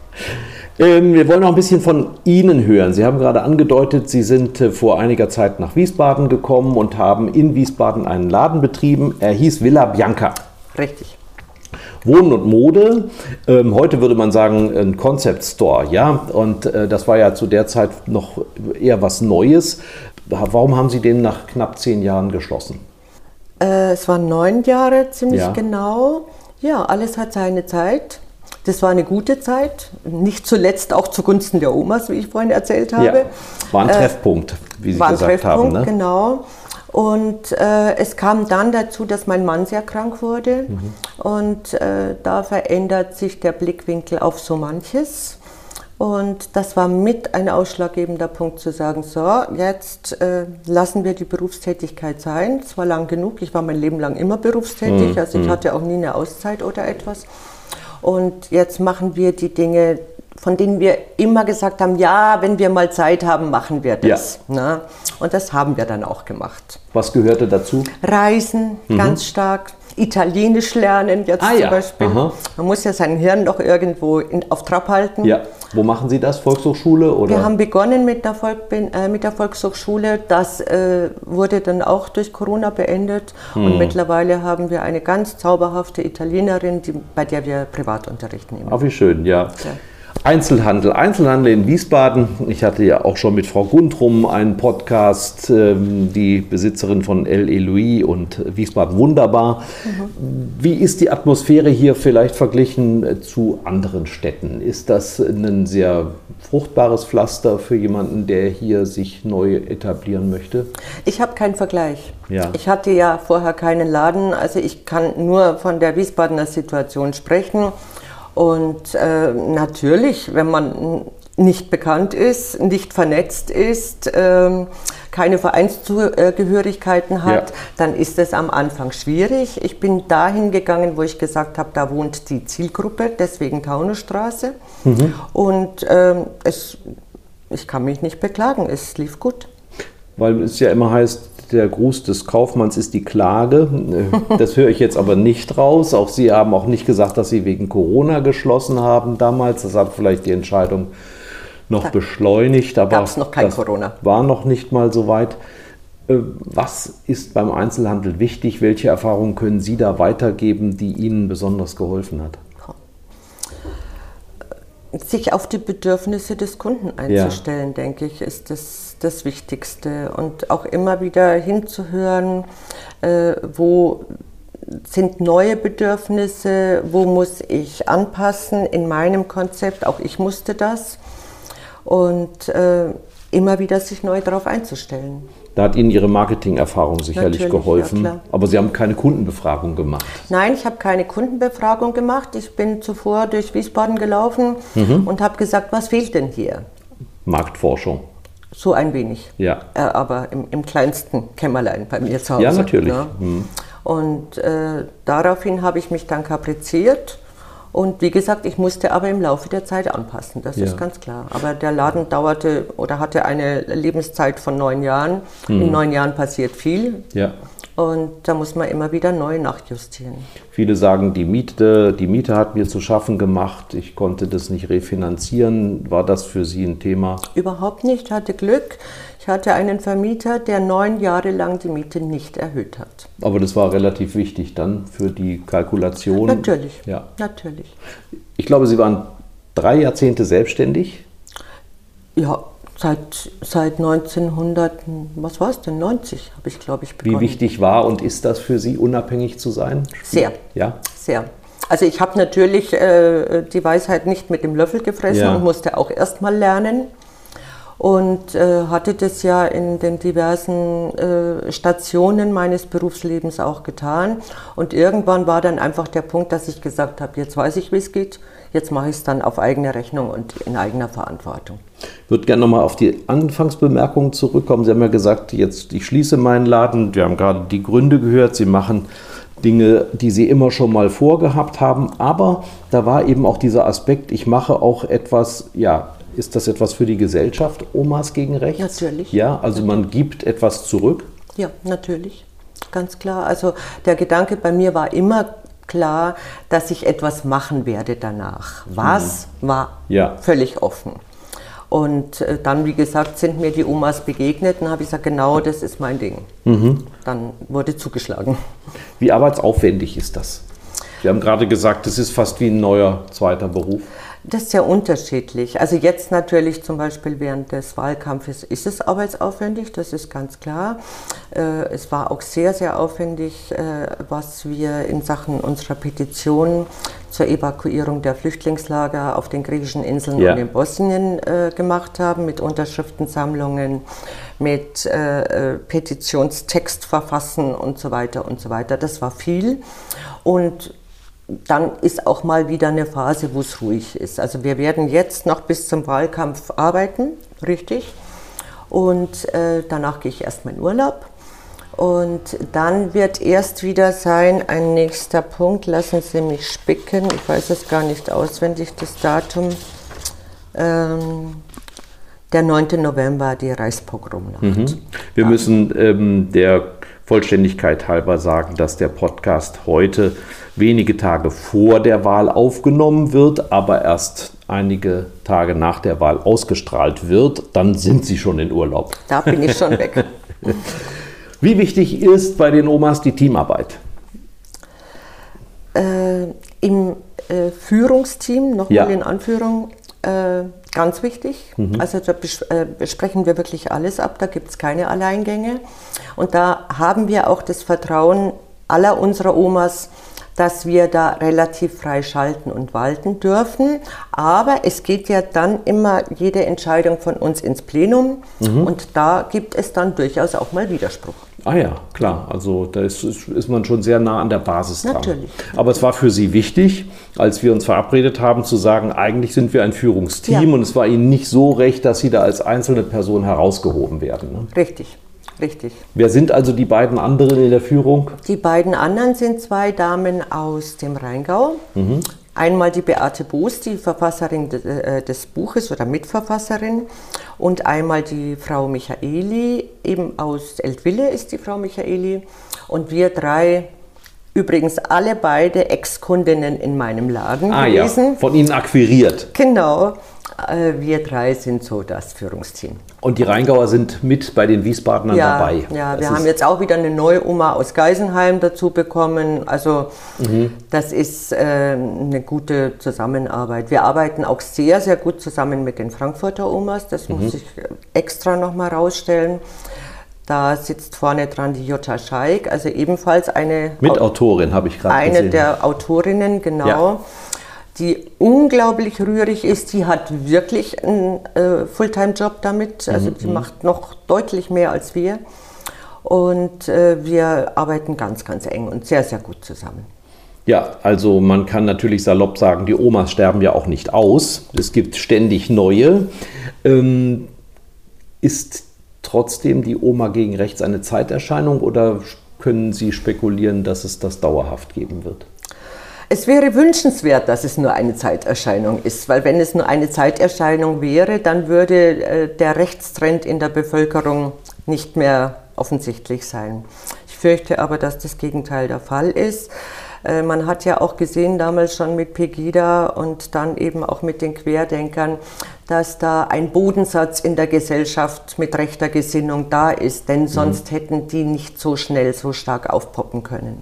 Ähm, wir wollen noch ein bisschen von Ihnen hören. Sie haben gerade angedeutet, Sie sind äh, vor einiger Zeit nach Wiesbaden gekommen und haben in Wiesbaden einen Laden betrieben. Er hieß Villa Bianca. Richtig. Wohnen und Mode. Ähm, heute würde man sagen, ein Concept Store, ja. Und äh, das war ja zu der Zeit noch eher was Neues. Warum haben Sie den nach knapp zehn Jahren geschlossen? Äh, es waren neun Jahre, ziemlich ja. genau. Ja, alles hat seine Zeit. Das war eine gute Zeit, nicht zuletzt auch zugunsten der Omas, wie ich vorhin erzählt habe. Ja, war ein Treffpunkt, wie Sie war gesagt ein Treffpunkt, haben. Ne? Genau. Und äh, es kam dann dazu, dass mein Mann sehr krank wurde. Mhm. Und äh, da verändert sich der Blickwinkel auf so manches. Und das war mit ein ausschlaggebender Punkt zu sagen, so, jetzt äh, lassen wir die Berufstätigkeit sein. Es war lang genug, ich war mein Leben lang immer berufstätig, mhm. also ich hatte auch nie eine Auszeit oder etwas. Und jetzt machen wir die Dinge, von denen wir immer gesagt haben, ja, wenn wir mal Zeit haben, machen wir das. Ja. Na? Und das haben wir dann auch gemacht. Was gehörte dazu? Reisen, mhm. ganz stark. Italienisch lernen jetzt ah, zum ja. Beispiel. Aha. Man muss ja sein Hirn doch irgendwo in, auf Trab halten. Ja. Wo machen Sie das? Volkshochschule? Oder? Wir haben begonnen mit der, Volk, äh, mit der Volkshochschule. Das äh, wurde dann auch durch Corona beendet. Hm. Und mittlerweile haben wir eine ganz zauberhafte Italienerin, die, bei der wir Privatunterricht nehmen. Ach, wie schön, ja. ja. Einzelhandel, Einzelhandel in Wiesbaden. Ich hatte ja auch schon mit Frau Gundrum einen Podcast, ähm, die Besitzerin von L E Louis und Wiesbaden Wunderbar. Mhm. Wie ist die Atmosphäre hier vielleicht verglichen zu anderen Städten? Ist das ein sehr fruchtbares Pflaster für jemanden, der hier sich neu etablieren möchte? Ich habe keinen Vergleich. Ja. Ich hatte ja vorher keinen Laden, also ich kann nur von der Wiesbadener Situation sprechen. Und äh, natürlich, wenn man nicht bekannt ist, nicht vernetzt ist, äh, keine Vereinszugehörigkeiten hat, ja. dann ist es am Anfang schwierig. Ich bin dahin gegangen, wo ich gesagt habe, da wohnt die Zielgruppe, deswegen Taunusstraße. Mhm. Und äh, es, ich kann mich nicht beklagen, es lief gut. Weil es ja immer heißt, der Gruß des Kaufmanns ist die Klage. Das höre ich jetzt aber nicht raus. Auch Sie haben auch nicht gesagt, dass Sie wegen Corona geschlossen haben damals. Das hat vielleicht die Entscheidung noch da beschleunigt. Aber gab es noch kein das Corona. War noch nicht mal so weit. Was ist beim Einzelhandel wichtig? Welche Erfahrungen können Sie da weitergeben, die Ihnen besonders geholfen hat? Sich auf die Bedürfnisse des Kunden einzustellen, ja. denke ich, ist das das Wichtigste. Und auch immer wieder hinzuhören, äh, wo sind neue Bedürfnisse, wo muss ich anpassen in meinem Konzept, auch ich musste das. Und äh, immer wieder sich neu darauf einzustellen. Da hat Ihnen Ihre Marketingerfahrung sicherlich Natürlich, geholfen, ja, klar. Aber Sie haben keine Kundenbefragung gemacht. Nein, ich habe keine Kundenbefragung gemacht. Ich bin zuvor durch Wiesbaden gelaufen mhm. und habe gesagt, was fehlt denn hier? Marktforschung. So ein wenig, ja. äh, aber im, im kleinsten Kämmerlein bei mir zu Hause. Ja, natürlich. Ne? Mhm. Und äh, daraufhin habe ich mich dann kapriziert. Und wie gesagt, ich musste aber im Laufe der Zeit anpassen, das ja. ist ganz klar. Aber der Laden dauerte oder hatte eine Lebenszeit von neun Jahren. Mhm. In neun Jahren passiert viel. Ja. Und da muss man immer wieder neu nachjustieren. Viele sagen, die Miete, die Miete hat mir zu schaffen gemacht, ich konnte das nicht refinanzieren. War das für Sie ein Thema? Überhaupt nicht, ich hatte Glück. Ich hatte einen Vermieter, der neun Jahre lang die Miete nicht erhöht hat. Aber das war relativ wichtig dann für die Kalkulation? Natürlich, ja. natürlich. Ich glaube, Sie waren drei Jahrzehnte selbstständig? Ja. Seit, seit neunzehnhundert, was war es denn, neunzig habe ich, glaube ich, begonnen. Wie wichtig war und ist das für Sie, unabhängig zu sein? Sehr, ja? sehr. Also ich habe natürlich äh, die Weisheit nicht mit dem Löffel gefressen ja. und musste auch erst mal lernen. Und äh, hatte das ja in den diversen äh, Stationen meines Berufslebens auch getan. Und irgendwann war dann einfach der Punkt, dass ich gesagt habe, jetzt weiß ich, wie es geht, jetzt mache ich es dann auf eigene Rechnung und in eigener Verantwortung. Ich würde gerne nochmal auf die Anfangsbemerkungen zurückkommen. Sie haben ja gesagt, jetzt ich schließe meinen Laden. Wir haben gerade die Gründe gehört. Sie machen Dinge, die sie immer schon mal vorgehabt haben. Aber da war eben auch dieser Aspekt, ich mache auch etwas, ja, ist das etwas für die Gesellschaft, Omas gegen Rechts? Natürlich. Ja, also man gibt etwas zurück? Ja, natürlich, ganz klar. Also der Gedanke bei mir war immer klar, dass ich etwas machen werde danach. Was mhm. war ja. völlig offen. Und äh, dann, wie gesagt, sind mir die Omas begegnet und habe ich gesagt, genau das ist mein Ding. Mhm. Dann wurde zugeschlagen. Wie arbeitsaufwendig ist das? Sie haben gerade gesagt, das ist fast wie ein neuer zweiter Beruf. Das ist sehr unterschiedlich. Also jetzt natürlich zum Beispiel während des Wahlkampfes ist es arbeitsaufwendig, das ist ganz klar. Äh, es war auch sehr, sehr aufwendig, äh, was wir in Sachen unserer Petition zur Evakuierung der Flüchtlingslager auf den griechischen Inseln ja. und in Bosnien äh, gemacht haben, mit Unterschriftensammlungen, mit äh, Petitionstext verfassen und so weiter und so weiter. Das war viel. Und dann ist auch mal wieder eine Phase, wo es ruhig ist. Also wir werden jetzt noch bis zum Wahlkampf arbeiten, richtig. Und äh, danach gehe ich erstmal in Urlaub. Und dann wird erst wieder sein, ein nächster Punkt, lassen Sie mich spicken, ich weiß es gar nicht auswendig, das Datum, ähm, der neunte November, die Reichspogromnacht. Mhm. Wir ja. müssen ähm, der Vollständigkeit halber sagen, dass der Podcast heute wenige Tage vor der Wahl aufgenommen wird, aber erst einige Tage nach der Wahl ausgestrahlt wird. Dann sind Sie schon in Urlaub. Da bin ich schon weg. Wie wichtig ist bei den Omas die Teamarbeit? Äh, Im äh, Führungsteam, nochmal ja. in Anführung, äh, ganz wichtig. Mhm. Also da bes äh, besprechen wir wirklich alles ab, da gibt es keine Alleingänge. Und da haben wir auch das Vertrauen aller unserer Omas, dass wir da relativ frei schalten und walten dürfen. Aber es geht ja dann immer jede Entscheidung von uns ins Plenum mhm. und da gibt es dann durchaus auch mal Widerspruch. Ah ja, klar. Also da ist, ist man schon sehr nah an der Basis dran. Natürlich. Aber es war für Sie wichtig, als wir uns verabredet haben, zu sagen, eigentlich sind wir ein Führungsteam ja. und es war Ihnen nicht so recht, dass Sie da als einzelne Person herausgehoben werden. Ne? Richtig. Richtig. Wer sind also die beiden anderen in der Führung? Die beiden anderen sind zwei Damen aus dem Rheingau. Mhm. Einmal die Beate Boos, die Verfasserin des Buches oder Mitverfasserin. Und einmal die Frau Michaeli, eben aus Eltville ist die Frau Michaeli. Und wir drei, übrigens alle beide Ex-Kundinnen in meinem Laden ah, gewesen. Ja, von Ihnen akquiriert. Genau. Wir drei sind so das Führungsteam. Und die Rheingauer sind mit bei den Wiesbadenern ja, dabei? Ja, das wir haben jetzt auch wieder eine neue Oma aus Geisenheim dazu bekommen. Also mhm. das ist äh, eine gute Zusammenarbeit. Wir arbeiten auch sehr, sehr gut zusammen mit den Frankfurter Omas. Das mhm. muss ich extra nochmal rausstellen. Da sitzt vorne dran die Jutta Scheik, also ebenfalls eine... Mitautorin, habe ich gerade gesehen. Eine der Autorinnen, genau. Ja. Die unglaublich rührig ist, die hat wirklich einen äh, Fulltime-Job damit, also die mhm. macht noch deutlich mehr als wir und äh, wir arbeiten ganz, ganz eng und sehr, sehr gut zusammen. Ja, also man kann natürlich salopp sagen, die Omas sterben ja auch nicht aus, es gibt ständig neue. Ähm, ist trotzdem die Oma gegen Rechts eine Zeiterscheinung oder können Sie spekulieren, dass es das dauerhaft geben wird? Es wäre wünschenswert, dass es nur eine Zeiterscheinung ist, weil wenn es nur eine Zeiterscheinung wäre, dann würde äh, der Rechtstrend in der Bevölkerung nicht mehr offensichtlich sein. Ich fürchte aber, dass das Gegenteil der Fall ist. Äh, man hat ja auch gesehen, damals schon mit Pegida und dann eben auch mit den Querdenkern, dass da ein Bodensatz in der Gesellschaft mit rechter Gesinnung da ist, denn sonst mhm. hätten die nicht so schnell so stark aufpoppen können.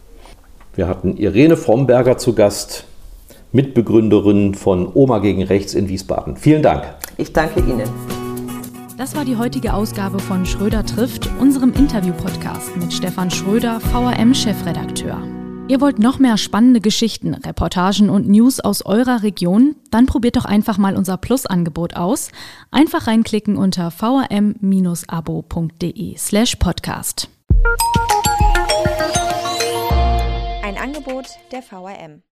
Wir hatten Irene Fromberger zu Gast, Mitbegründerin von Oma gegen Rechts in Wiesbaden. Vielen Dank. Ich danke Ihnen. Das war die heutige Ausgabe von Schröder trifft, unserem Interview-Podcast mit Stefan Schröder, V R M-Chefredakteur. Ihr wollt noch mehr spannende Geschichten, Reportagen und News aus eurer Region? Dann probiert doch einfach mal unser Plus-Angebot aus. Einfach reinklicken unter v r m abo punkt d e slash podcast. Ein Angebot der V R M.